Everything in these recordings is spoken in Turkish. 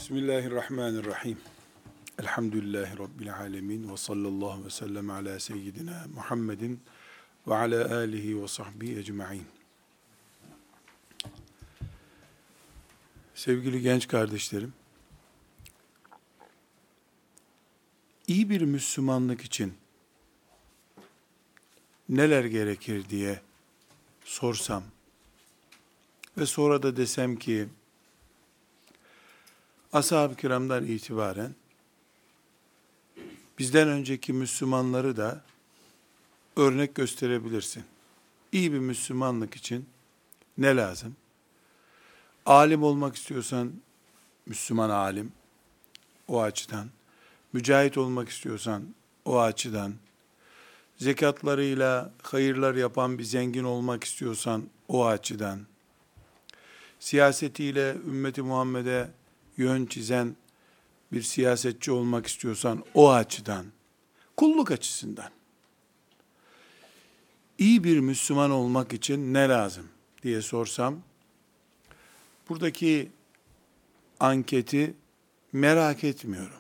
Bismillahirrahmanirrahim. Elhamdülillahi Rabbil alemin. Ve sallallahu ve sellem ala seyyidina Muhammedin ve ala alihi ve sahbihi ecma'in. Sevgili genç kardeşlerim, iyi bir Müslümanlık için neler gerekir diye sorsam ve sonra da desem ki, ashab-ı kiramdan itibaren bizden önceki Müslümanları da örnek gösterebilirsin. İyi bir Müslümanlık için ne lazım? Alim olmak istiyorsan Müslüman alim, o açıdan. Mücahit olmak istiyorsan o açıdan. Zekatlarıyla hayırlar yapan bir zengin olmak istiyorsan o açıdan. Siyasetiyle ümmeti Muhammed'e yön çizen bir siyasetçi olmak istiyorsan o açıdan, kulluk açısından, iyi bir Müslüman olmak için ne lazım diye sorsam, buradaki anketi merak etmiyorum.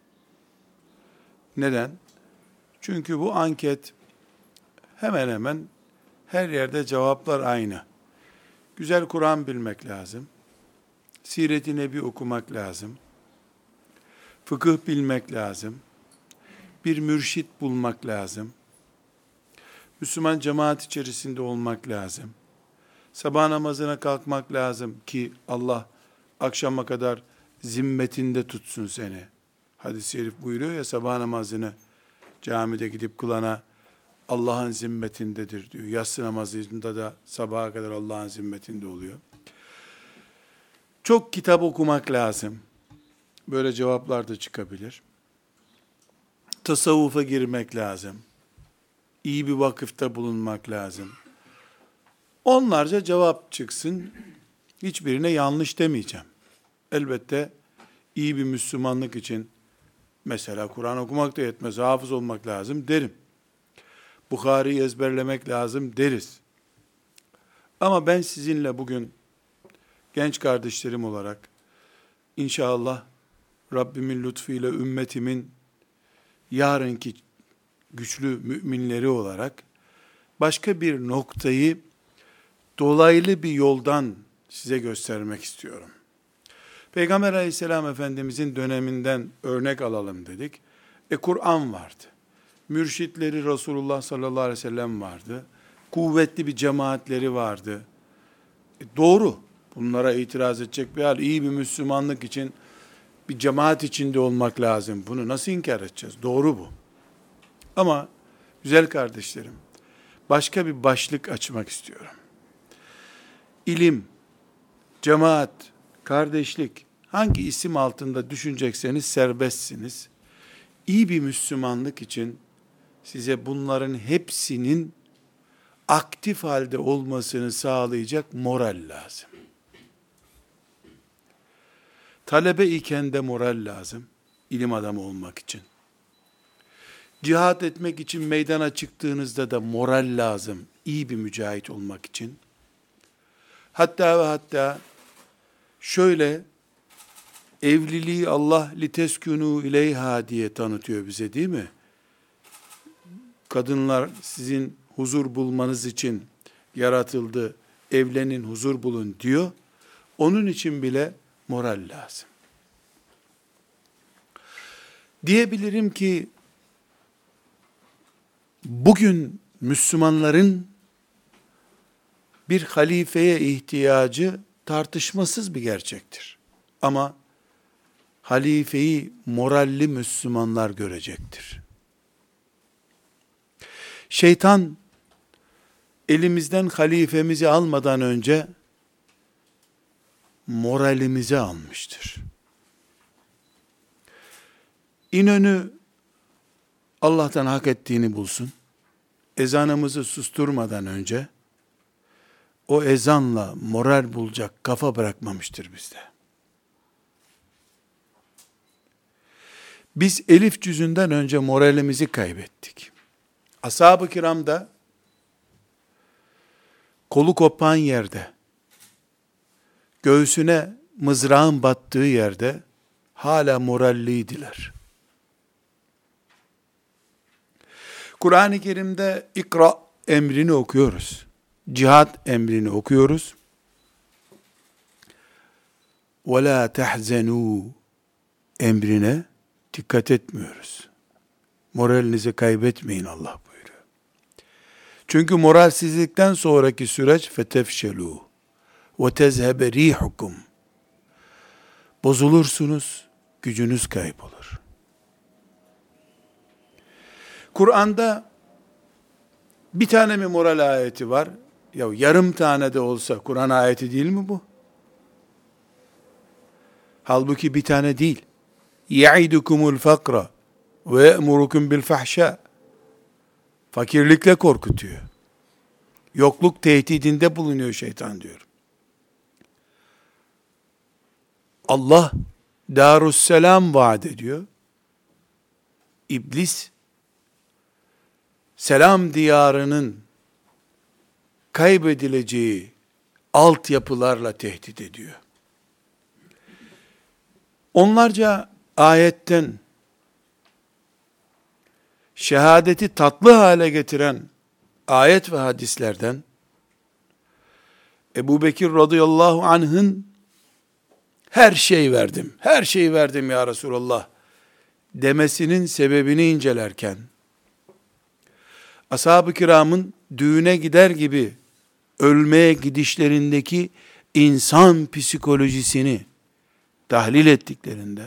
Neden? Çünkü bu anket hemen hemen her yerde cevaplar aynı. Güzel Kur'an bilmek lazım. Siret-i Nebi okumak lazım. Fıkıh bilmek lazım. Bir mürşit bulmak lazım. Müslüman cemaat içerisinde olmak lazım. Sabah namazına kalkmak lazım ki Allah akşama kadar zimmetinde tutsun seni. Hadis-i şerif buyuruyor ya, sabah namazını camide gidip kılana Allah'ın zimmetindedir diyor. Yatsı namazında da sabaha kadar Allah'ın zimmetinde oluyor. Çok kitap okumak lazım. Böyle cevaplar da çıkabilir. Tasavvufa girmek lazım. İyi bir vakıfta bulunmak lazım. Onlarca cevap çıksın. Hiçbirine yanlış demeyeceğim. Elbette iyi bir Müslümanlık için mesela Kur'an okumak da yetmez, hafız olmak lazım derim. Bukhari'yi ezberlemek lazım deriz. Ama ben sizinle bugün genç kardeşlerim olarak inşallah Rabbimin lütfuyla ümmetimin yarınki güçlü müminleri olarak başka bir noktayı dolaylı bir yoldan size göstermek istiyorum. Peygamber aleyhisselam efendimizin döneminden örnek alalım dedik. Kur'an vardı. Mürşitleri Resulullah sallallahu aleyhi ve sellem vardı. Kuvvetli bir cemaatleri vardı. Doğru. Bunlara itiraz edecek bir hal. İyi bir Müslümanlık için bir cemaat içinde olmak lazım. Bunu nasıl inkar edeceğiz? Doğru bu. Ama güzel kardeşlerim, başka bir başlık açmak istiyorum. İlim, cemaat, kardeşlik, hangi isim altında düşünecekseniz serbestsiniz. İyi bir Müslümanlık için size bunların hepsinin aktif halde olmasını sağlayacak moral lazım. Talebe iken de moral lazım, ilim adamı olmak için. Cihat etmek için meydana çıktığınızda da moral lazım, iyi bir mücahit olmak için. Hatta ve hatta şöyle, evliliği Allah liteskunu ileyha diye tanıtıyor bize, değil mi? Kadınlar sizin huzur bulmanız için yaratıldı, evlenin, huzur bulun diyor. Onun için bile moral lazım. Diyebilirim ki bugün Müslümanların bir halifeye ihtiyacı tartışmasız bir gerçektir. Ama halifeyi moralli Müslümanlar görecektir. Şeytan elimizden halifemizi almadan önce moralimizi almıştır. İnönü Allah'tan hak ettiğini bulsun. Ezanımızı susturmadan önce o ezanla moral bulacak kafa bırakmamıştır bizde. Biz elif cüzünden önce moralimizi kaybettik. Ashab-ı kiram da kolu kopan yerde, göğsüne mızrağın battığı yerde hala moralliydiler. Kur'an-ı Kerim'de ikra emrini okuyoruz. Cihat emrini okuyoruz. وَلَا تَحْزَنُوا emrine dikkat etmiyoruz. Moralinizi kaybetmeyin Allah buyuruyor. Çünkü moralsizlikten sonraki süreç فَتَفْشَلُوا وَتَذْهَبَ رِيحُكُمْ bozulursunuz, gücünüz kaybolur. Kur'an'da bir tane mi moral ayeti var? Ya yarım tane de olsa Kur'an ayeti değil mi bu? Halbuki bir tane değil. يَعِدُكُمُ الْفَقْرَ وَيَأْمُرُكُمْ بِالْفَحْشَاءِ fakirlikle korkutuyor. Yokluk tehdidinde bulunuyor şeytan diyor. Allah Darusselam vaat ediyor. İblis selam diyarının kaybedileceği altyapılarla tehdit ediyor. Onlarca ayetten şehadeti tatlı hale getiren ayet ve hadislerden Ebu Bekir radıyallahu anh'ın her şey verdim, her şeyi verdim ya Resulallah demesinin sebebini incelerken, ashab-ı kiramın düğüne gider gibi ölmeye gidişlerindeki insan psikolojisini tahlil ettiklerinde,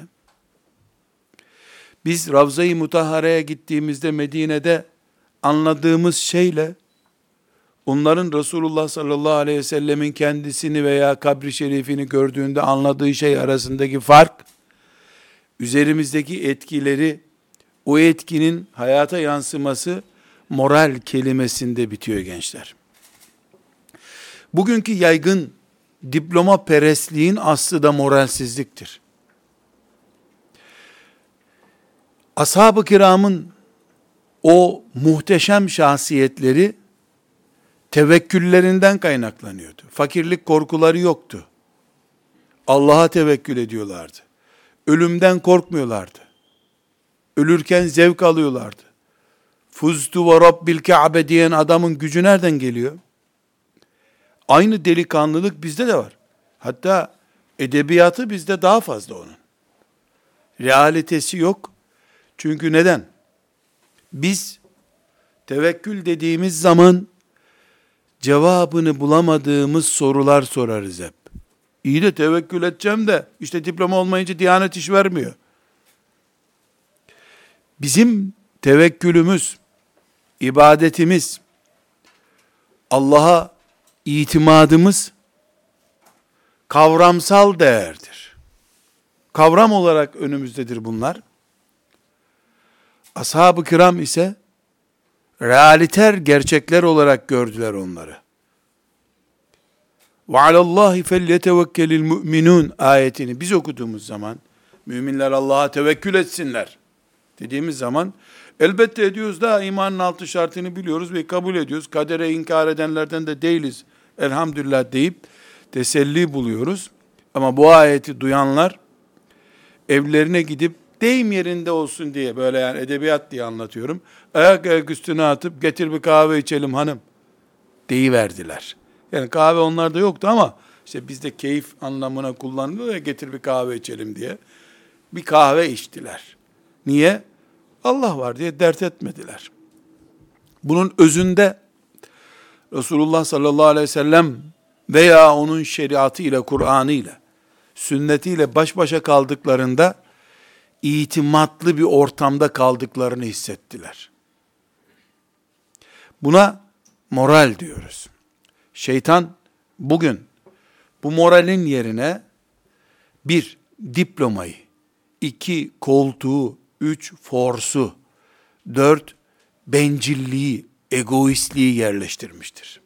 biz Ravza-i Mutahhare'ye gittiğimizde Medine'de anladığımız şeyle, onların Resulullah sallallahu aleyhi ve sellemin kendisini veya kabri şerifini gördüğünde anladığı şey arasındaki fark, üzerimizdeki etkileri, o etkinin hayata yansıması, moral kelimesinde bitiyor gençler. Bugünkü yaygın diploma perestliğin aslı da moralsizliktir. Ashab-ı kiramın o muhteşem şahsiyetleri tevekküllerinden kaynaklanıyordu. Fakirlik korkuları yoktu. Allah'a tevekkül ediyorlardı. Ölümden korkmuyorlardı. Ölürken zevk alıyorlardı. Fuztu ve Rabbil Ka'be diyen adamın gücü nereden geliyor? Aynı delikanlılık bizde de var. Hatta edebiyatı bizde daha fazla onun. Realitesi yok. Çünkü neden? Biz tevekkül dediğimiz zaman cevabını bulamadığımız sorular sorarız hep. İyi de tevekkül edeceğim de işte diploma olmayınca Diyanet iş vermiyor. Bizim tevekkülümüz, ibadetimiz, Allah'a itimadımız kavramsal değerdir. Kavram olarak önümüzdedir bunlar. Ashab-ı kiram ise realiter gerçekler olarak gördüler onları. وَعَلَى اللّٰهِ فَلْيَتَوَكَّلِ الْمُؤْمِنُونَ ayetini biz okuduğumuz zaman, müminler Allah'a tevekkül etsinler dediğimiz zaman, elbette ediyoruz da imanın altı şartını biliyoruz ve kabul ediyoruz. Kadere inkar edenlerden de değiliz elhamdülillah deyip teselli buluyoruz. Ama bu ayeti duyanlar evlerine gidip deyim yerinde olsun diye, böyle yani edebiyat diye anlatıyorum, ayak üstüne atıp getir bir kahve içelim hanım deyiverdiler. Yani kahve onlarda yoktu ama işte bizde keyif anlamına kullanılıyor ya, getir bir kahve içelim diye. Bir kahve içtiler. Niye? Allah var diye dert etmediler. Bunun özünde Resulullah sallallahu aleyhi ve sellem veya onun şeriatıyla, Kur'an'ıyla, sünnetiyle baş başa kaldıklarında itimatlı bir ortamda kaldıklarını hissettiler. Buna moral diyoruz. Şeytan bugün bu moralin yerine 1. Diplomayı, 2. Koltuğu, 3. Forsu, 4. Bencilliği, egoistliği yerleştirmiştir.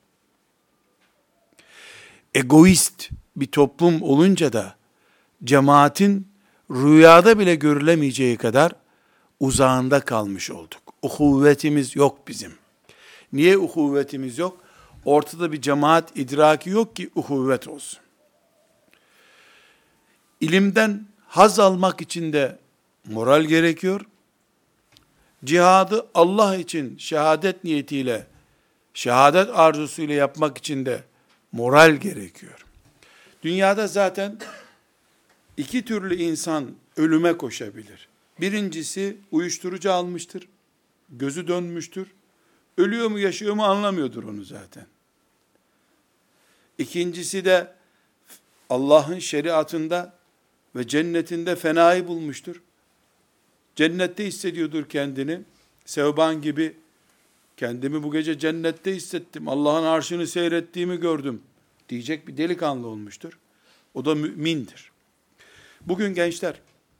Egoist bir toplum olunca da cemaatin rüyada bile görülemeyeceği kadar uzağında kalmış olduk. Uhuvvetimiz yok bizim. Niye uhuvvetimiz yok? Ortada bir cemaat idraki yok ki uhuvvet olsun. İlimden haz almak için de moral gerekiyor. Cihadı Allah için şehadet niyetiyle, şehadet arzusuyla yapmak için de moral gerekiyor. Dünyada zaten iki türlü insan ölüme koşabilir. Birincisi uyuşturucu almıştır, gözü dönmüştür. Ölüyor mu yaşıyor mu anlamıyordur onu zaten. İkincisi de Allah'ın şeriatında ve cennetinde fenayı bulmuştur. Cennette hissediyordur kendini. Sevban gibi, kendimi bu gece cennette hissettim, Allah'ın arşını seyrettiğimi gördüm diyecek bir delikanlı olmuştur. O da mümindir. Bugün gençler,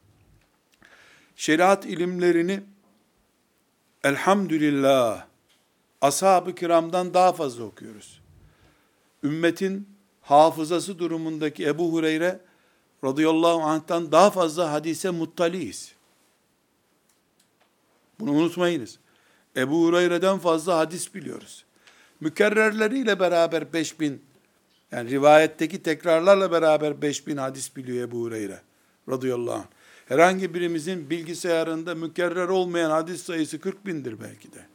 şeriat ilimlerini elhamdülillah ashab-ı kiramdan daha fazla okuyoruz. Ümmetin hafızası durumundaki Ebu Hureyre radıyallahu anh'tan daha fazla hadise muttaliyiz. Bunu unutmayınız. Ebu Hureyre'den fazla hadis biliyoruz. Mükerrerleriyle beraber 5000, yani rivayetteki tekrarlarla beraber 5000 hadis biliyor Ebu Hureyre radıyallahu anh. Herhangi birimizin bilgisayarında mükerrer olmayan hadis sayısı 40.000'dir belki de.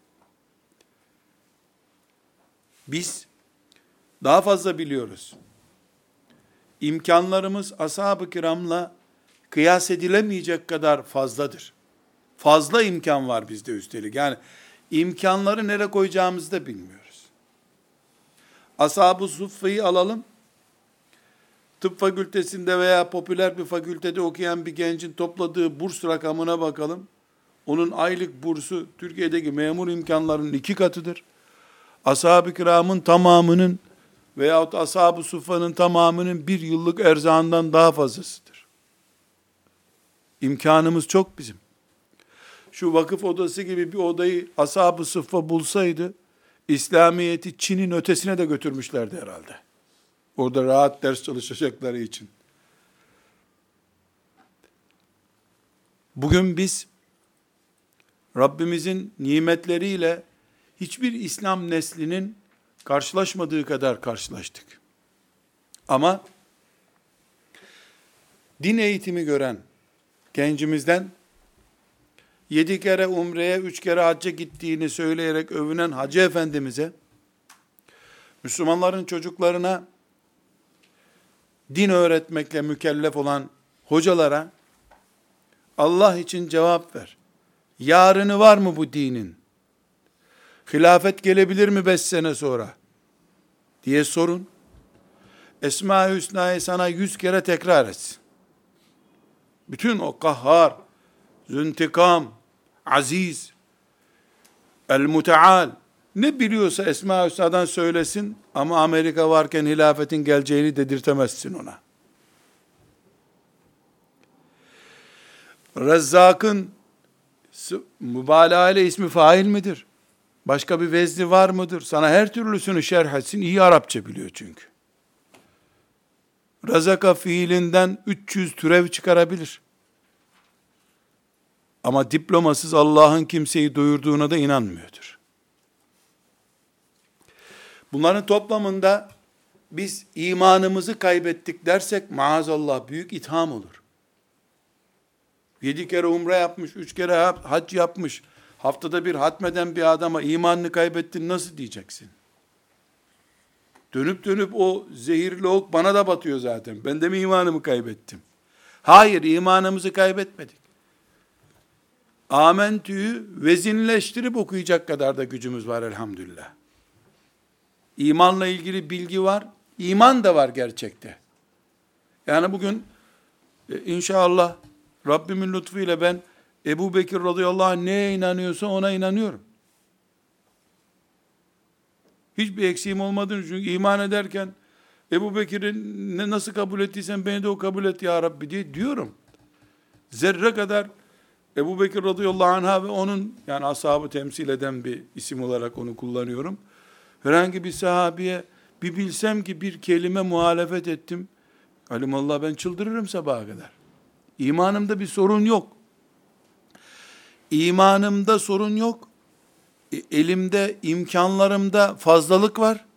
Biz daha fazla biliyoruz. İmkanlarımız ashab-ı kiramla kıyas edilemeyecek kadar fazladır. Fazla imkan var bizde üstelik. Yani imkanları nereye koyacağımızı da bilmiyoruz. Ashab-ı suffayı alalım. Tıp fakültesinde veya popüler bir fakültede okuyan bir gencin topladığı burs rakamına bakalım. Onun aylık bursu Türkiye'deki memur imkanlarının 2 katıdır. Ashab-ı kiramın tamamının veyahut ashab-ı suffanın tamamının 1 yıllık erzağından daha fazlasıdır. İmkanımız çok bizim. Şu vakıf odası gibi bir odayı ashab-ı suffa bulsaydı, İslamiyet'i Çin'in ötesine de götürmüşlerdi herhalde. Orada rahat ders çalışacakları için. Bugün biz Rabbimizin nimetleriyle hiçbir İslam neslinin karşılaşmadığı kadar karşılaştık. Ama din eğitimi gören gencimizden 7 kere umreye, 3 kere hacca gittiğini söyleyerek övünen Hacı Efendimiz'e, Müslümanların çocuklarına din öğretmekle mükellef olan hocalara, Allah için cevap ver. Yarını var mı bu dinin? Hilafet gelebilir mi 5 sene sonra? Diye sorun. Esma-i Hüsna'yı sana 100 kere tekrar etsin. Bütün o Kahhar, Züntikam, Aziz, El-Muteal, ne biliyorsa Esma-i Hüsna'dan söylesin ama Amerika varken hilafetin geleceğini dedirtemezsin ona. Rezzak'ın mübalağa ile ismi fail midir? Başka bir vezni var mıdır? Sana her türlüsünü şerh etsin. İyi Arapça biliyor çünkü. Razaka fiilinden 300 türev çıkarabilir. Ama diplomasız Allah'ın kimseyi doyurduğuna da inanmıyordur. Bunların toplamında biz imanımızı kaybettik dersek maazallah büyük itham olur. 7 kere umre yapmış, 3 kere hac yapmış, haftada bir hatmeden bir adama imanını kaybettin nasıl diyeceksin? Dönüp dönüp o zehirli ok bana da batıyor zaten. Ben de mi imanımı kaybettim? Hayır, imanımızı kaybetmedik. Amentü'yü vezinleştirip okuyacak kadar da gücümüz var elhamdülillah. İmanla ilgili bilgi var, iman da var gerçekte. Yani bugün inşallah Rabbimin lütfuyla ben Ebu Bekir radıyallahu anh neye inanıyorsa ona inanıyorum. Hiçbir eksiğim olmadığını, çünkü iman ederken Ebu Bekir'i nasıl kabul ettiysen beni de o kabul et ya Rabbi diye diyorum. Zerre kadar Ebu Bekir radıyallahu anh'a ve onun, yani ashabı temsil eden bir isim olarak onu kullanıyorum. Herhangi bir sahabiye bir bilsem ki bir kelime muhalefet ettim, alimallah ben çıldırırım sabaha kadar. İmanımda bir sorun yok. İmanımda sorun yok. Elimde, imkanlarımda fazlalık var.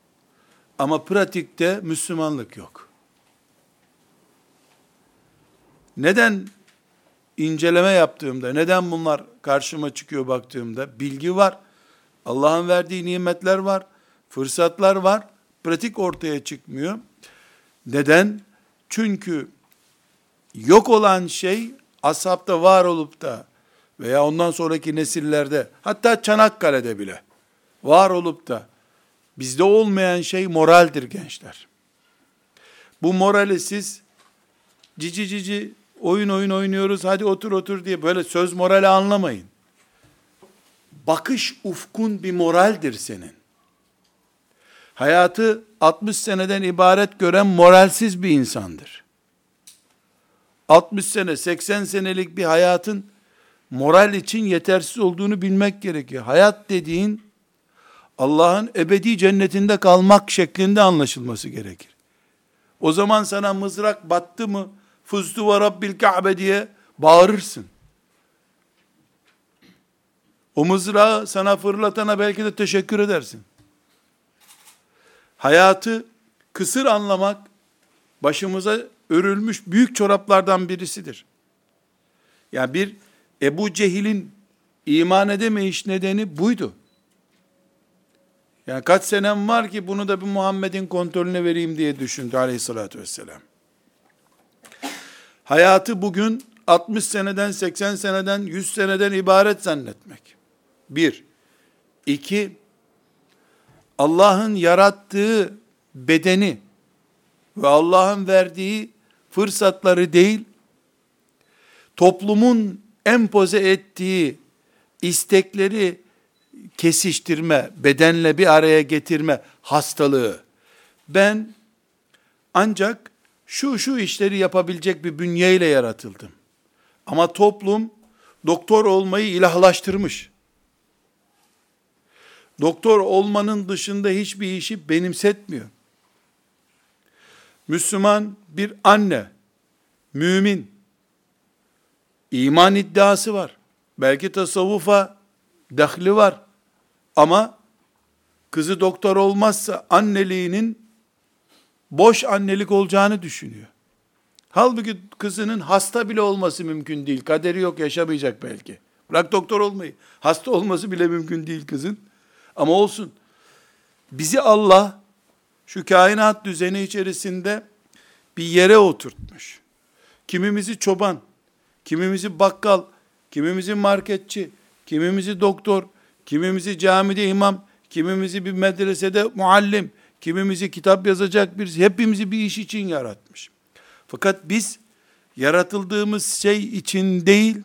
Ama pratikte Müslümanlık yok. Neden inceleme yaptığımda, neden bunlar karşıma çıkıyor baktığımda, bilgi var, Allah'ın verdiği nimetler var, fırsatlar var, pratik ortaya çıkmıyor. Neden? Çünkü yok olan şey, ashabta var olup da veya ondan sonraki nesillerde, hatta Çanakkale'de bile var olup da bizde olmayan şey moraldir gençler. Bu morali siz cici cici oyun oynuyoruz, hadi otur otur diye böyle söz morali anlamayın. Bakış ufkun bir moraldir senin. Hayatı 60 seneden ibaret gören moralsiz bir insandır. 60 sene, 80 senelik bir hayatın moral için yetersiz olduğunu bilmek gerekiyor. Hayat dediğin Allah'ın ebedi cennetinde kalmak şeklinde anlaşılması gerekir. O zaman sana mızrak battı mı, fuztu ve rabbil Ka'be diye bağırırsın. O mızrağı sana fırlatana belki de teşekkür edersin. Hayatı kısır anlamak, başımıza örülmüş büyük çoraplardan birisidir. Yani bir Ebu Cehil'in iman edemeyiş nedeni buydu. Yani kaç senem var ki bunu da bir Muhammed'in kontrolüne vereyim diye düşündü aleyhissalatü vesselam. Hayatı bugün 60 seneden, 80 seneden, 100 seneden ibaret zannetmek. Bir. İki, Allah'ın yarattığı bedeni ve Allah'ın verdiği fırsatları değil, toplumun empoze ettiği istekleri kesiştirme, bedenle bir araya getirme hastalığı. Ben ancak şu işleri yapabilecek bir bünyeyle yaratıldım. Ama toplum doktor olmayı ilahlaştırmış. Doktor olmanın dışında hiçbir işi benimsetmiyor. Müslüman bir anne, mümin, iman iddiası var. Belki tasavvufa dahli var. Ama kızı doktor olmazsa anneliğinin boş annelik olacağını düşünüyor. Halbuki kızının hasta bile olması mümkün değil. Kaderi yok, yaşamayacak belki. Bırak doktor olmayı. Hasta olması bile mümkün değil kızın. Ama olsun. Bizi Allah şu kainat düzeni içerisinde bir yere oturtmuş. Kimimizi çoban, kimimizi bakkal, kimimizi marketçi, kimimizi doktor, kimimizi camide imam, kimimizi bir medresede muallim, kimimizi kitap yazacak birisi, hepimizi bir iş için yaratmış. Fakat biz yaratıldığımız şey için değil,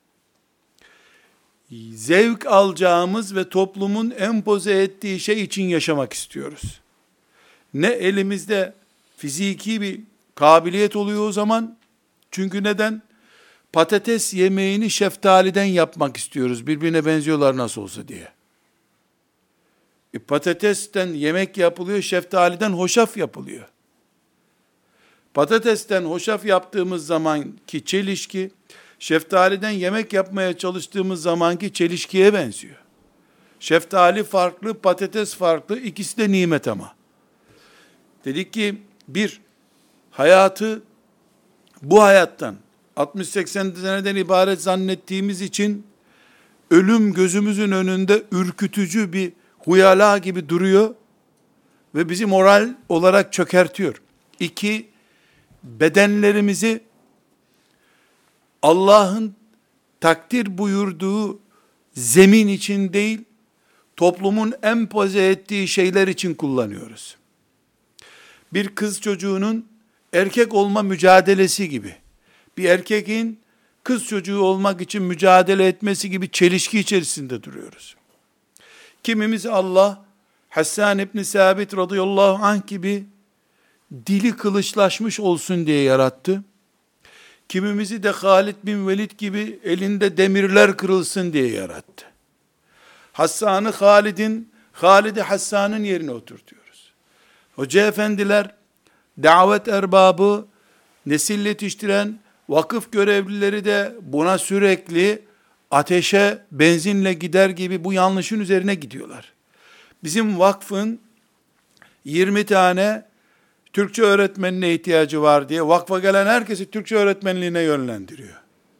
zevk alacağımız ve toplumun empoze ettiği şey için yaşamak istiyoruz. Ne elimizde fiziki bir kabiliyet oluyor o zaman, çünkü neden? Patates yemeğini şeftaliden yapmak istiyoruz, birbirine benziyorlar nasıl olsa diye. Patatesten yemek yapılıyor, şeftaliden hoşaf yapılıyor. Patatesten hoşaf yaptığımız zamanki çelişki, şeftaliden yemek yapmaya çalıştığımız zamanki çelişkiye benziyor. Şeftali farklı, patates farklı, ikisi de nimet ama. Dedik ki, bir, hayatı bu hayattan, 60-80 seneden ibaret zannettiğimiz için, ölüm gözümüzün önünde ürkütücü bir huyala gibi duruyor ve bizi moral olarak çökertiyor. İki, bedenlerimizi Allah'ın takdir buyurduğu zemin için değil, toplumun empoze ettiği şeyler için kullanıyoruz. Bir kız çocuğunun erkek olma mücadelesi gibi, bir erkeğin kız çocuğu olmak için mücadele etmesi gibi çelişki içerisinde duruyoruz. Kimimiz Allah, Hassan İbni Sabit radıyallahu anh gibi dili kılıçlaşmış olsun diye yarattı. Kimimizi de Halid bin Velid gibi elinde demirler kırılsın diye yarattı. Hassan'ı Halid'i Hassan'ın yerine oturtuyoruz. Hoca efendiler, davet erbabı, nesil yetiştiren vakıf görevlileri de buna sürekli ateşe benzinle gider gibi bu yanlışın üzerine gidiyorlar. Bizim vakfın 20 tane Türkçe öğretmenine ihtiyacı var diye vakfa gelen herkesi Türkçe öğretmenliğine yönlendiriyor.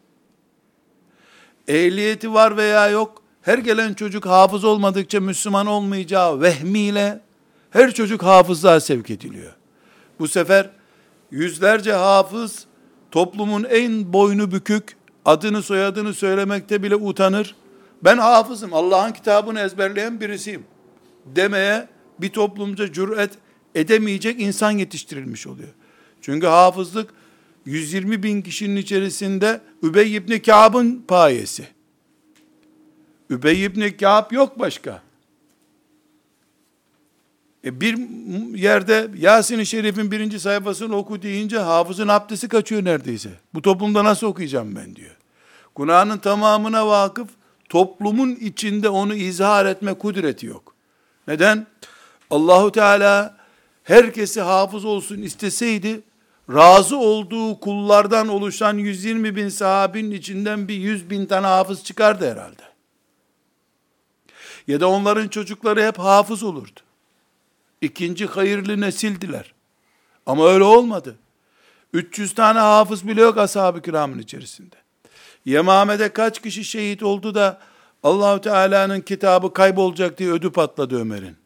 Ehliyeti var veya yok, her gelen çocuk hafız olmadıkça Müslüman olmayacağı vehmiyle her çocuk hafızlığa sevk ediliyor. Bu sefer yüzlerce hafız toplumun en boynu bükük, adını soyadını söylemekte bile utanır. Ben hafızım, Allah'ın kitabını ezberleyen birisiyim demeye bir toplumca cüret edemeyecek insan yetiştirilmiş oluyor. Çünkü hafızlık 120 bin kişinin içerisinde Übey ibn Kâb'ın payesi. Übey ibn Kâb yok başka. Bir yerde Yasin-i Şerif'in 1. sayfasını oku deyince hafızın abdesti kaçıyor neredeyse. Bu toplumda nasıl okuyacağım ben diyor. Kur'an'ın tamamına vakıf, toplumun içinde onu izhar etme kudreti yok. Neden? Allahu Teala herkesi hafız olsun isteseydi, razı olduğu kullardan oluşan 120 bin sahabinin içinden bir 100 bin tane hafız çıkardı herhalde. Ya da onların çocukları hep hafız olurdu. İkinci hayırlı nesildiler. Ama öyle olmadı. 300 tane hafız bile yok ashab-ı kiramın içerisinde. Yemame'de kaç kişi şehit oldu da Allah-u Teala'nın kitabı kaybolacak diye ödü patladı Ömer'in.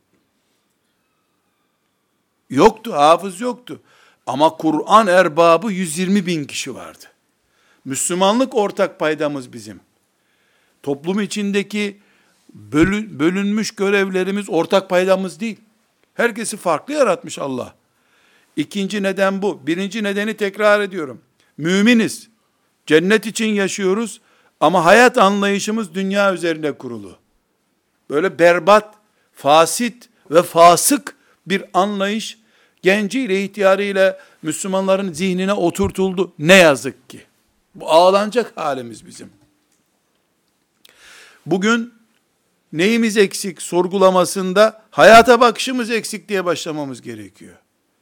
Yoktu, hafız yoktu. Ama Kur'an erbabı 120 bin kişi vardı. Müslümanlık ortak paydamız bizim. Toplum içindeki bölünmüş görevlerimiz ortak paydamız değil. Herkesi farklı yaratmış Allah. İkinci neden bu. Birinci nedeni tekrar ediyorum. Müminiz. Cennet için yaşıyoruz ama hayat anlayışımız dünya üzerine kurulu. Böyle berbat, fasit ve fasık bir anlayış genciyle, ihtiyarıyla Müslümanların zihnine oturtuldu. Ne yazık ki. Bu ağlanacak halimiz bizim. Bugün neyimiz eksik sorgulamasında hayata bakışımız eksik diye başlamamız gerekiyor.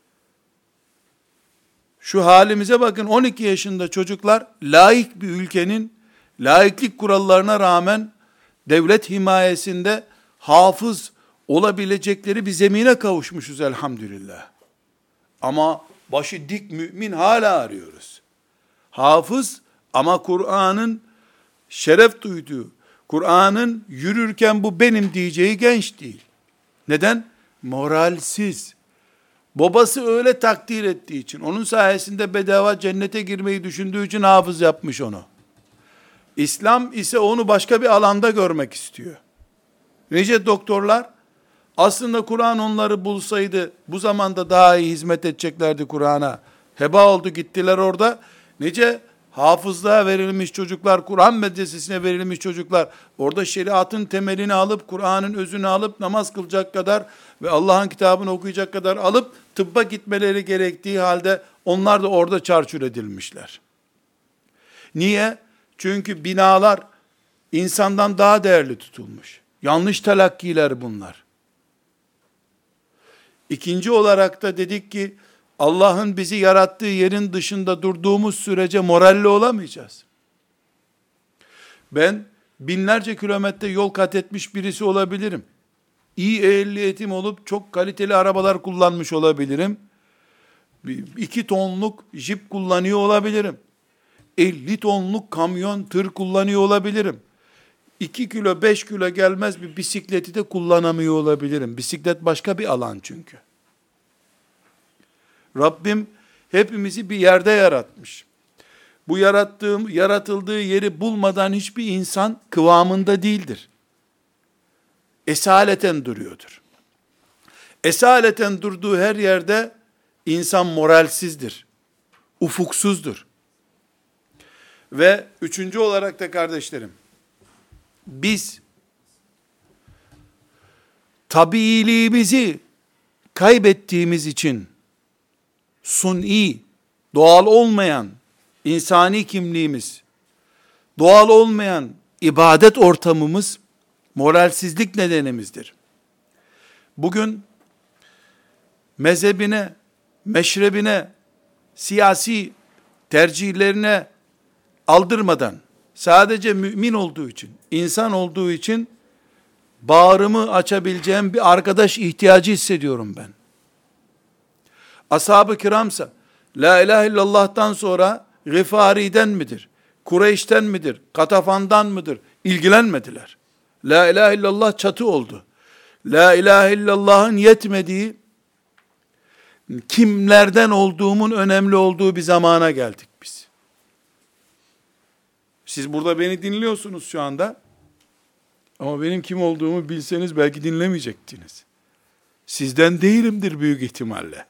Şu halimize bakın, 12 yaşında çocuklar laik bir ülkenin laiklik kurallarına rağmen devlet himayesinde hafız olabilecekleri bir zemine kavuşmuşuz elhamdülillah. Ama başı dik mümin hala arıyoruz. Hafız ama Kur'an'ın şeref duyduğu, Kur'an'ın yürürken bu benim diyeceği genç değil. Neden? Moralsiz. Babası öyle takdir ettiği için, onun sayesinde bedava cennete girmeyi düşündüğü için hafız yapmış onu. İslam ise onu başka bir alanda görmek istiyor. Nice doktorlar, aslında Kur'an onları bulsaydı, bu zamanda daha iyi hizmet edeceklerdi Kur'an'a. Heba oldu gittiler orada. Nice hafızlığa verilmiş çocuklar, Kur'an medresesine verilmiş çocuklar, orada şeriatın temelini alıp, Kur'an'ın özünü alıp, namaz kılacak kadar ve Allah'ın kitabını okuyacak kadar alıp, tıbba gitmeleri gerektiği halde, onlar da orada çarçur edilmişler. Niye? Çünkü binalar, insandan daha değerli tutulmuş. Yanlış telakkiler bunlar. İkinci olarak da dedik ki, Allah'ın bizi yarattığı yerin dışında durduğumuz sürece moralli olamayacağız. Ben binlerce kilometre yol kat etmiş birisi olabilirim. İyi ehliyetim olup çok kaliteli arabalar kullanmış olabilirim. 2 tonluk jip kullanıyor olabilirim. 50 tonluk kamyon, tır kullanıyor olabilirim. 2 kilo, 5 kilo gelmez bir bisikleti de kullanamıyor olabilirim. Bisiklet başka bir alan çünkü. Rabbim hepimizi bir yerde yaratmış. Bu yaratıldığı yeri bulmadan hiçbir insan kıvamında değildir. Esaleten duruyordur. Esaleten durduğu her yerde insan moralsizdir. Ufuksuzdur. Ve üçüncü olarak da kardeşlerim, biz tabiiliğimizi kaybettiğimiz için suni, doğal olmayan insani kimliğimiz, doğal olmayan ibadet ortamımız moralsizlik nedenimizdir. Bugün mezhebine, meşrebine, siyasi tercihlerine aldırmadan, sadece mümin olduğu için, insan olduğu için bağrımı açabileceğim bir arkadaş ihtiyacı hissediyorum ben. Ashab-ı kiramsa la ilahe illallah'tan sonra Gıfari'den midir? Kureyş'ten midir? Katafan'dan mıdır? İlgilenmediler. La ilahe illallah çatı oldu. La ilahe illallah'ın yetmediği, kimlerden olduğumun önemli olduğu bir zamana geldik biz. Siz burada beni dinliyorsunuz şu anda. Ama benim kim olduğumu bilseniz belki dinlemeyecektiniz. Sizden değilimdir büyük ihtimalle.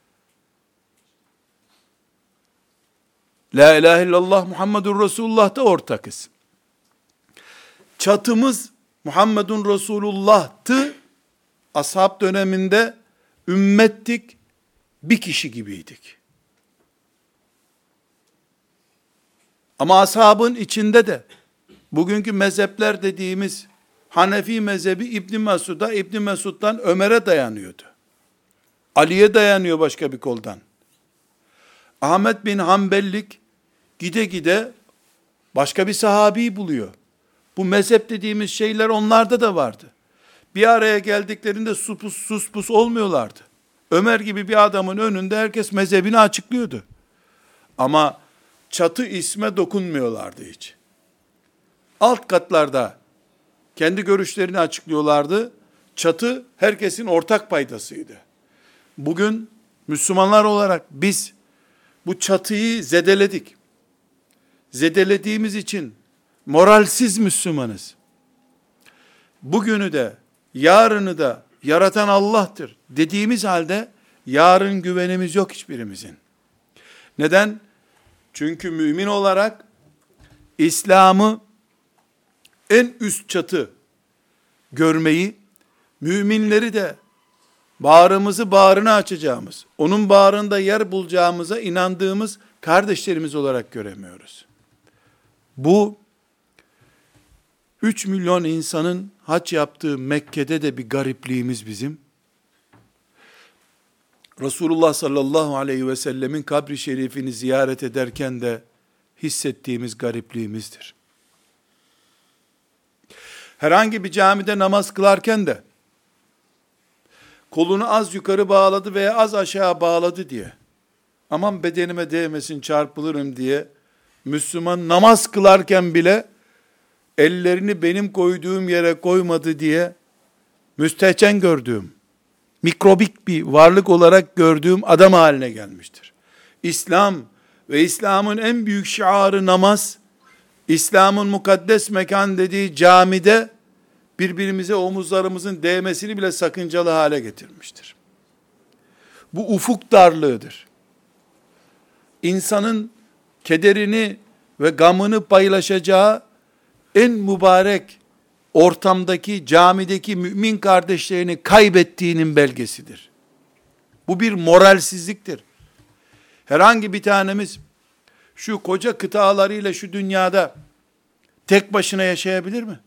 La ilahe illallah Muhammedun Resulullah'ta ortakız. Çatımız Muhammedun Resulullah'tı. Ashab döneminde ümmettik, bir kişi gibiydik. Ama ashabın içinde de bugünkü mezhepler dediğimiz Hanefi mezhebi İbn Mesud'a, İbn Mesud'dan Ömer'e dayanıyordu. Ali'ye dayanıyor başka bir koldan. Ahmet bin Hanbellik gide gide başka bir sahabeyi buluyor. Bu mezhep dediğimiz şeyler onlarda da vardı. Bir araya geldiklerinde sus pus olmuyorlardı. Ömer gibi bir adamın önünde herkes mezhebini açıklıyordu. Ama çatı isme dokunmuyorlardı hiç. Alt katlarda kendi görüşlerini açıklıyorlardı. Çatı herkesin ortak paydasıydı. Bugün Müslümanlar olarak biz bu çatıyı zedeledik. Zedelediğimiz için moralsiz Müslümanız. Bugünü de yarını da yaratan Allah'tır dediğimiz halde yarın güvenimiz yok hiçbirimizin. Neden? Çünkü mümin olarak İslam'ı en üst çatı görmeyi, müminleri de bağrımızı bağrına açacağımız, onun bağrında yer bulacağımıza inandığımız kardeşlerimiz olarak göremiyoruz. Bu 3 milyon insanın hac yaptığı Mekke'de de bir garipliğimiz bizim. Resulullah sallallahu aleyhi ve sellemin kabri şerifini ziyaret ederken de hissettiğimiz garipliğimizdir. Herhangi bir camide namaz kılarken de kolunu az yukarı bağladı veya az aşağı bağladı diye, aman bedenime değmesin çarpılırım diye, Müslüman namaz kılarken bile ellerini benim koyduğum yere koymadı diye müstehcen gördüğüm, mikrobik bir varlık olarak gördüğüm adam haline gelmiştir. İslam ve İslam'ın en büyük şiarı namaz, İslam'ın mukaddes mekan dediği camide birbirimize omuzlarımızın değmesini bile sakıncalı hale getirmiştir. Bu ufuk darlığıdır. İnsanın kederini ve gamını paylaşacağı en mübarek ortamdaki, camideki mümin kardeşlerini kaybettiğinin belgesidir. Bu bir moralsizliktir. Herhangi bir tanemiz şu koca kıtalarıyla şu dünyada tek başına yaşayabilir mi?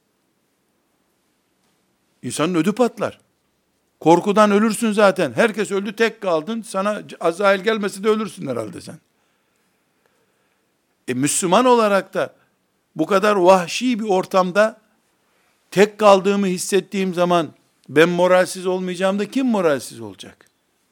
İnsanın ödü patlar. Korkudan ölürsün zaten. Herkes öldü, tek kaldın. Sana Azrail gelmesi de ölürsün herhalde sen. Müslüman olarak da bu kadar vahşi bir ortamda tek kaldığımı hissettiğim zaman ben moralsiz olmayacağım da kim moralsiz olacak?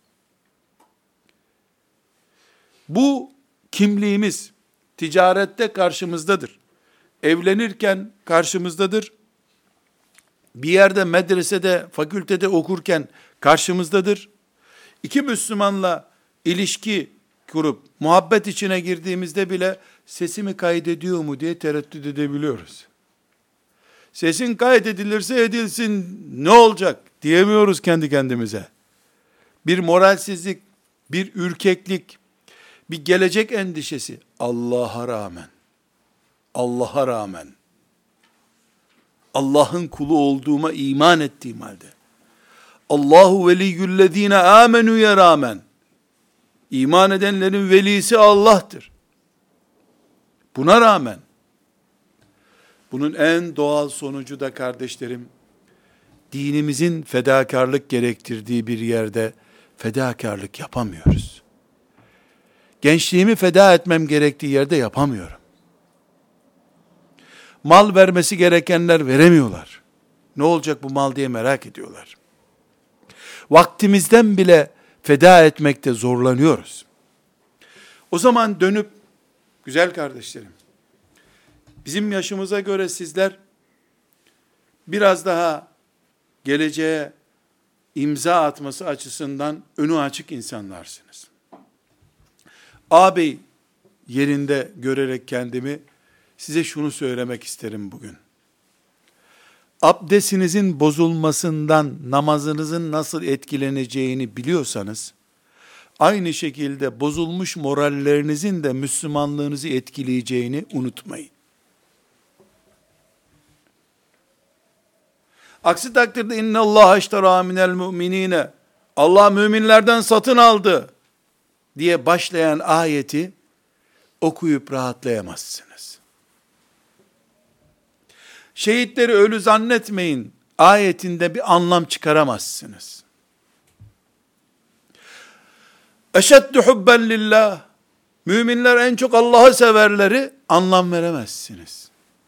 Bu kimliğimiz ticarette karşımızdadır. Evlenirken karşımızdadır. Bir yerde, medresede, fakültede okurken karşımızdadır. İki Müslümanla ilişki kurup muhabbet içine girdiğimizde bile sesimi kaydediyor mu diye tereddüt edebiliyoruz. Sesin kaydedilirse edilsin, ne olacak diyemiyoruz kendi kendimize. Bir moralsizlik, bir ürkeklik, bir gelecek endişesi Allah'a rağmen, Allah'a rağmen, Allah'ın kulu olduğuma iman ettiğim halde, Allahu veliyyüllezine amenu'ya rağmen, iman edenlerin velisi Allah'tır. Buna rağmen, bunun en doğal sonucu da kardeşlerim, dinimizin fedakarlık gerektirdiği bir yerde fedakarlık yapamıyoruz. Gençliğimi feda etmem gerektiği yerde yapamıyorum. Mal vermesi gerekenler veremiyorlar. Ne olacak bu mal diye merak ediyorlar. Vaktimizden bile feda etmekte zorlanıyoruz. O zaman dönüp, güzel kardeşlerim, bizim yaşımıza göre sizler biraz daha geleceğe imza atması açısından önü açık insanlarsınız. Ağabey yerinde görerek kendimi size şunu söylemek isterim bugün. Abdestinizin bozulmasından namazınızın nasıl etkileneceğini biliyorsanız, aynı şekilde bozulmuş morallerinizin de Müslümanlığınızı etkileyeceğini unutmayın. Aksi takdirde innallaha iştera minel mu'minine, Allah müminlerden satın aldı diye başlayan ayeti okuyup rahatlayamazsınız. Şehitleri ölü zannetmeyin ayetinde bir anlam çıkaramazsınız. Eşeddu hubben lillah, müminler en çok Allah'ı severleri anlam veremezsiniz.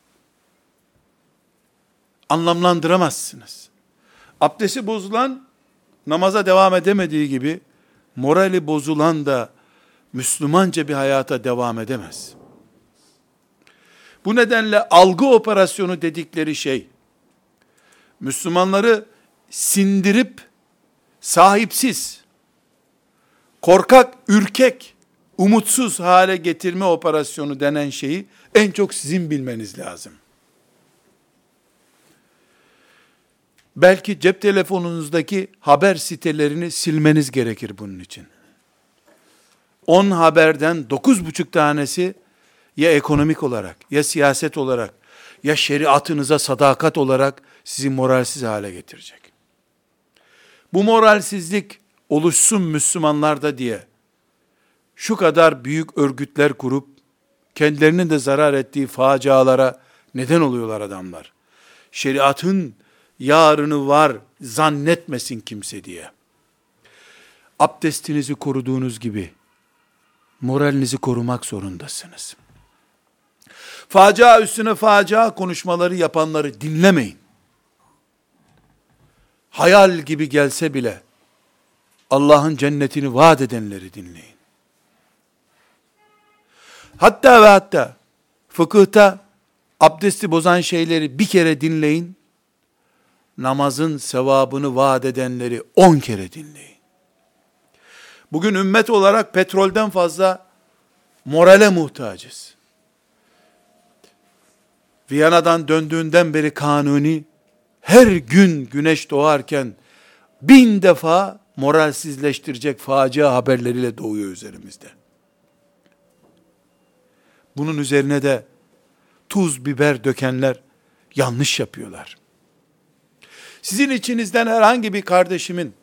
Anlamlandıramazsınız. Abdesti bozulan namaza devam edemediği gibi morali bozulan da Müslümanca bir hayata devam edemez. Bu nedenle algı operasyonu dedikleri şey, Müslümanları sindirip sahipsiz, korkak, ürkek, umutsuz hale getirme operasyonu denen şeyi en çok sizin bilmeniz lazım. Belki cep telefonunuzdaki haber sitelerini silmeniz gerekir bunun için. 10 haberden 9,5 tanesi ya ekonomik olarak, ya siyaset olarak, ya şeriatınıza sadakat olarak sizi moralsiz hale getirecek. Bu moralsizlik oluşsun Müslümanlarda diye şu kadar büyük örgütler kurup kendilerinin de zarar ettiği facialara neden oluyorlar adamlar. Şeriatın yarını var zannetmesin kimse diye. Abdestinizi koruduğunuz gibi moralinizi korumak zorundasınız. Facia üstüne facia konuşmaları yapanları dinlemeyin. Hayal gibi gelse bile Allah'ın cennetini vaat edenleri dinleyin. Hatta ve hatta fıkıhta abdesti bozan şeyleri bir kere dinleyin, namazın sevabını vaat edenleri 10 kere dinleyin. Bugün ümmet olarak petrolden fazla morale muhtacız. Viyana'dan döndüğünden beri Kanuni, her gün güneş doğarken 1000 defa moralsizleştirecek facia haberleriyle doğuyor üzerimizde. Bunun üzerine de tuz biber dökenler yanlış yapıyorlar. Sizin içinizden herhangi bir kardeşimin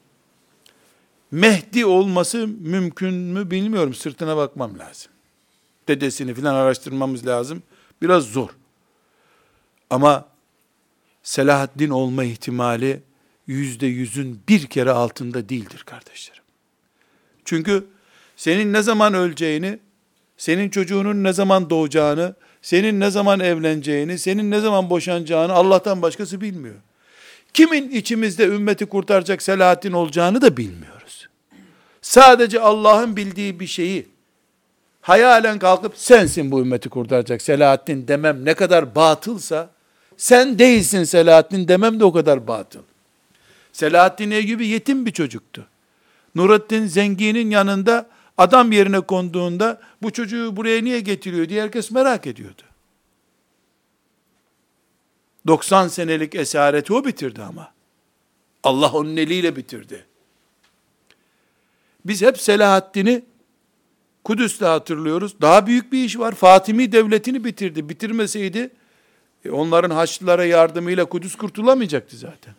Mehdi olması mümkün mü bilmiyorum. Sırtına bakmam lazım. Dedesini filan araştırmamız lazım. Biraz zor. Ama Selahaddin olma ihtimali %100'ün bir kere altında değildir kardeşlerim. Çünkü senin ne zaman öleceğini, senin çocuğunun ne zaman doğacağını, senin ne zaman evleneceğini, senin ne zaman boşanacağını Allah'tan başkası bilmiyor. Kimin içimizde ümmeti kurtaracak Selahaddin olacağını da bilmiyoruz. Sadece Allah'ın bildiği bir şeyi hayalen kalkıp sensin bu ümmeti kurtaracak Selahaddin demem ne kadar batılsa, sen değilsin Selahaddin demem de o kadar batıl. Selahaddin Eyyubi yetim bir çocuktu. Nurettin Zengi'nin yanında adam yerine konduğunda bu çocuğu buraya niye getiriyor diye herkes merak ediyordu. 90 senelik esareti o bitirdi ama. Allah onun eliyle bitirdi. Biz hep Selahaddin'i Kudüs'te hatırlıyoruz. Daha büyük bir iş var. Fatimi devletini bitirdi. Bitirmeseydi onların Haçlılara yardımıyla Kudüs kurtulamayacaktı zaten.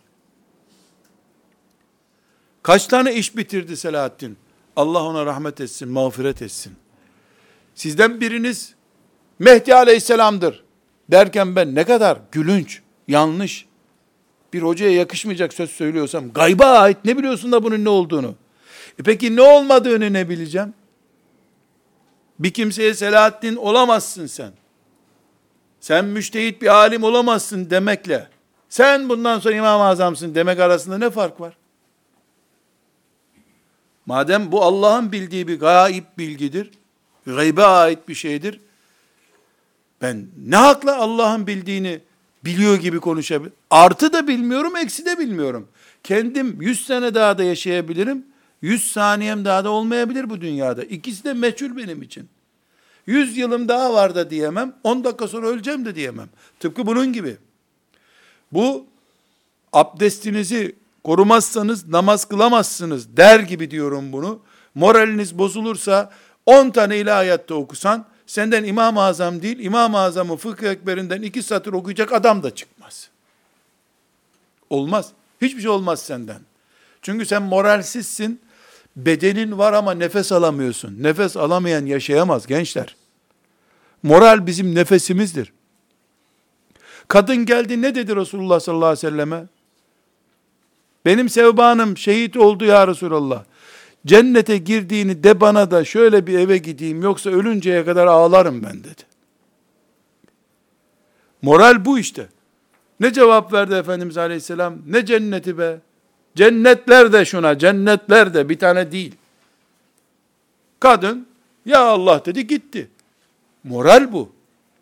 Kaç tane iş bitirdi Selahaddin? Allah ona rahmet etsin, mağfiret etsin. Sizden biriniz Mehdi Aleyhisselam'dır derken ben ne kadar gülünç, yanlış, bir hocaya yakışmayacak söz söylüyorsam, gayba ait ne biliyorsun da bunun ne olduğunu? Peki ne olmadığını ne bileceğim? Bir kimseye Selahaddin olamazsın sen. Sen müştehit bir alim olamazsın demekle, sen bundan sonra İmam-ı Azam'sın demek arasında ne fark var? Madem bu Allah'ın bildiği bir gayb bilgidir, gaybe ait bir şeydir, ben ne hakla Allah'ın bildiğini biliyor gibi konuşabilirim? Artı da bilmiyorum, eksi de bilmiyorum. Kendim 100 sene daha da yaşayabilirim, 100 saniyem daha da olmayabilir bu dünyada. İkisi de meçhul benim için. 100 yılım daha var da diyemem, 10 dakika sonra öleceğim de diyemem. Tıpkı bunun gibi. Bu abdestinizi korumazsanız namaz kılamazsınız der gibi diyorum bunu. Moraliniz bozulursa 10 tane ilahiyatta okusan senden İmam-ı Azam değil, İmam-ı Azam'ın Fıkıh Ekberinden 2 satır okuyacak adam da çıkmaz. Olmaz. Hiçbir şey olmaz senden. Çünkü sen moralsizsin. Bedenin var ama nefes alamıyorsun. Nefes alamayan yaşayamaz gençler. Moral bizim nefesimizdir. Kadın geldi, ne dedi Resulullah sallallahu aleyhi ve selleme? Benim sevbanım şehit oldu ya Resulallah. Cennete girdiğini de bana da şöyle bir eve gideyim, yoksa ölünceye kadar ağlarım ben dedi. Moral bu işte. Ne cevap verdi Efendimiz Aleyhisselam? Ne cenneti be? Cennetler de şuna, cennetler de bir tane değil. Kadın, ya Allah dedi, gitti. Moral bu.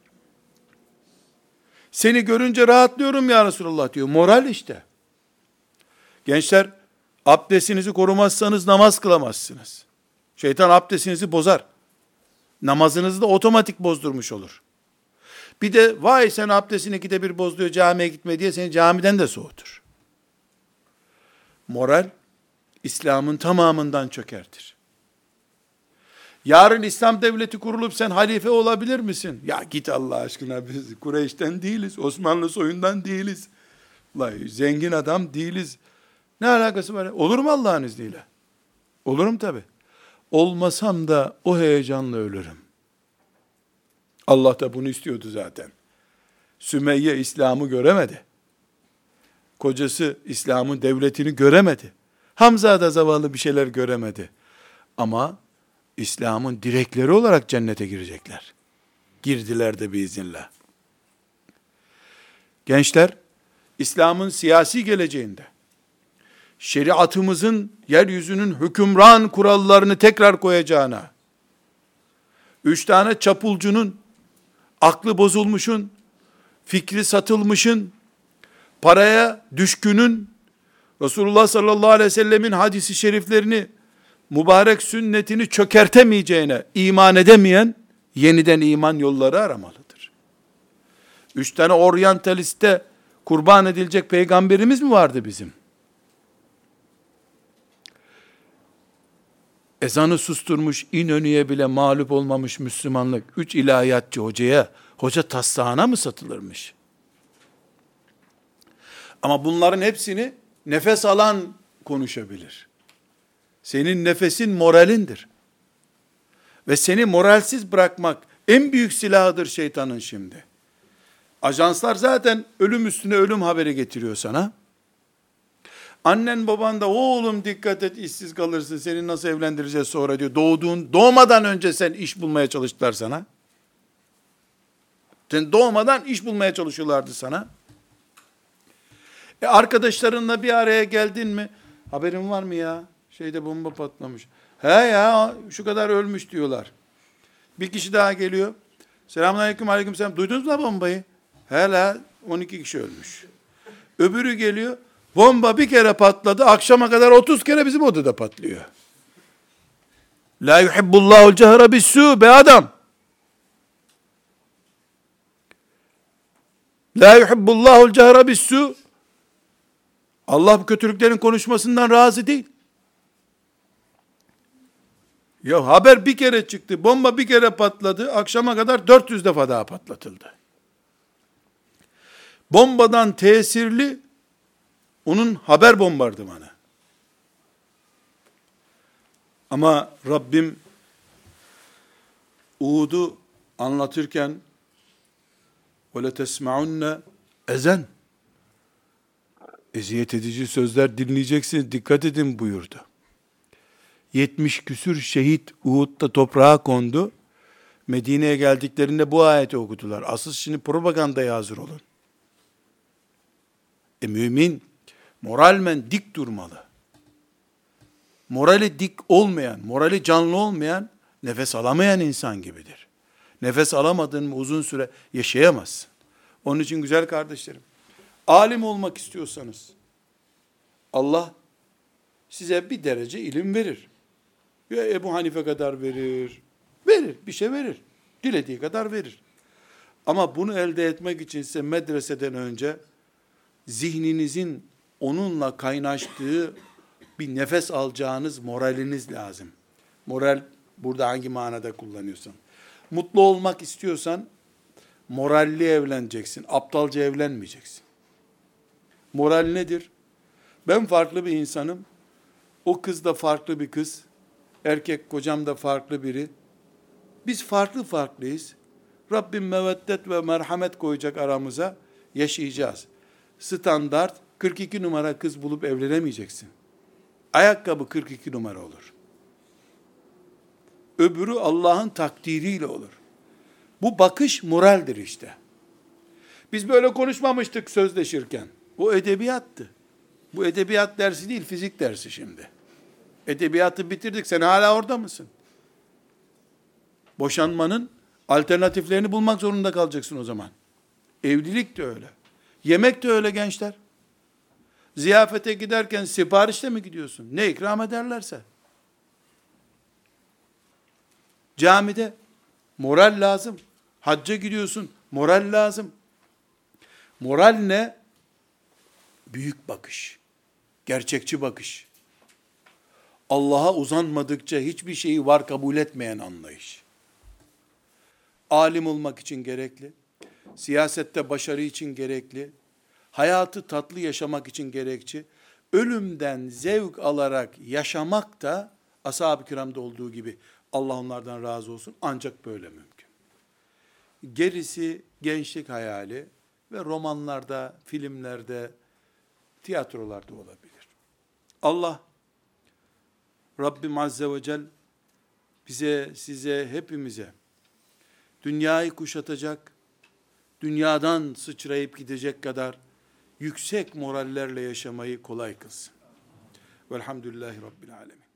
Seni görünce rahatlıyorum ya Resulallah diyor. Moral işte. Gençler, abdestinizi korumazsanız namaz kılamazsınız. Şeytan abdestinizi bozar. Namazınızı da otomatik bozdurmuş olur. Bir de vay sen abdestini 2'de 1 bozuyor, camiye gitme diye seni camiden de soğutur. Moral, İslam'ın tamamından çökertir. Yarın İslam devleti kurulup sen halife olabilir misin? Ya git Allah aşkına, biz Kureyş'ten değiliz, Osmanlı soyundan değiliz. Vallahi zengin adam değiliz. Ne alakası var? Olur mu Allah'ın izniyle? Olurum tabi. Olmasam da o heyecanla ölürüm. Allah da bunu istiyordu zaten. Sümeyye İslam'ı göremedi. Kocası İslam'ın devletini göremedi. Hamza da zavallı bir şeyler göremedi. Ama İslam'ın direkleri olarak cennete girecekler. Girdiler de biiznillah. Gençler, İslam'ın siyasi geleceğinde, şeriatımızın yeryüzünün hükümran kurallarını tekrar koyacağına, 3 tane çapulcunun, aklı bozulmuşun, fikri satılmışın, paraya düşkünün, Resulullah sallallahu aleyhi ve sellemin hadisi şeriflerini, mübarek sünnetini çökertemeyeceğine iman edemeyen, yeniden iman yolları aramalıdır. 3 tane oryantaliste kurban edilecek peygamberimiz mi vardı bizim? Ezanı susturmuş, İnönü'ye bile mağlup olmamış Müslümanlık, 3 ilahiyatçı hocaya, hoca taslağına mı satılırmış? Ama bunların hepsini nefes alan konuşabilir. Senin nefesin moralindir. Ve seni moralsiz bırakmak en büyük silahıdır şeytanın şimdi. Ajanslar zaten ölüm üstüne ölüm haberi getiriyor sana. Annen baban da oğlum dikkat et işsiz kalırsın, seni nasıl evlendireceğiz sonra diyor. Doğmadan önce sen iş bulmaya çalıştılar sana. Sen doğmadan iş bulmaya çalışıyorlardı sana. Arkadaşlarınla bir araya geldin mi? Haberin var mı ya? Şeyde bomba patlamış. He ya şu kadar ölmüş diyorlar. Bir kişi daha geliyor. Selamünaleyküm, aleykümselam. Duydunuz mu bombayı? Hala 12 kişi ölmüş. Öbürü geliyor. Bomba bir kere patladı. Akşama kadar 30 kere bizim odada patlıyor. La yuhibbullahul cehre bis-su be adam. La yuhibbullahul cehre bis-su. Allah bu kötülüklerin konuşmasından razı değil. Ya haber bir kere çıktı, bomba bir kere patladı, akşama kadar 400 defa daha patlatıldı. Bombadan tesirli, onun haber bombardımanı. Ama Rabbim, Uhud'u anlatırken, وَلَتَسْمَعُنَّ ezen, eziyet edici sözler dinleyeceksiniz, dikkat edin buyurdu. 70 küsür şehit Uhud'da toprağa kondu. Medine'ye geldiklerinde bu ayeti okudular. Asıl şimdi propagandaya hazır olun. Mümin moralmen dik durmalı. morali dik olmayan, morali canlı olmayan, nefes alamayan insan gibidir. Nefes alamadın mı uzun süre yaşayamazsın. Onun için güzel kardeşlerim, alim olmak istiyorsanız, Allah size bir derece ilim verir. Ya Ebu Hanife kadar verir. Verir, bir şey verir. Dilediği kadar verir. Ama bunu elde etmek için size medreseden önce zihninizin onunla kaynaştığı bir nefes alacağınız moraliniz lazım. Moral burada hangi manada kullanıyorsan. Mutlu olmak istiyorsan moralli evleneceksin. Aptalca evlenmeyeceksin. Moral nedir? Ben farklı bir insanım. O kız da farklı bir kız. Erkek kocam da farklı biri. Biz farklı farklıyız. Rabbim meveddet ve merhamet koyacak aramıza, yaşayacağız. Standart 42 numara kız bulup evlenemeyeceksin. Ayakkabı 42 numara olur. Öbürü Allah'ın takdiriyle olur. Bu bakış moraldir işte. Biz böyle konuşmamıştık sözleşirken. O edebiyattı. Bu edebiyat dersi değil, fizik dersi şimdi. Edebiyatı bitirdik, sen hala orada mısın? Boşanmanın alternatiflerini bulmak zorunda kalacaksın o zaman. Evlilik de öyle. Yemek de öyle gençler. Ziyafete giderken siparişle mi gidiyorsun? Ne ikram ederlerse. Camide moral lazım. Hacca gidiyorsun, moral lazım. Moral ne? Büyük bakış. Gerçekçi bakış. Allah'a uzanmadıkça hiçbir şeyi var kabul etmeyen anlayış. Alim olmak için gerekli, siyasette başarı için gerekli, hayatı tatlı yaşamak için gerekçe, ölümden zevk alarak yaşamak da ashab-ı kiramda olduğu gibi, Allah onlardan razı olsun, ancak böyle mümkün. Gerisi gençlik hayali ve romanlarda, filmlerde, tiyatrolarda olabilir. Allah, Rabbim Azze ve Celle bize, size, hepimize dünyayı kuşatacak, dünyadan sıçrayıp gidecek kadar yüksek morallerle yaşamayı kolay kılsın. Velhamdülillahi Rabbil Alemin.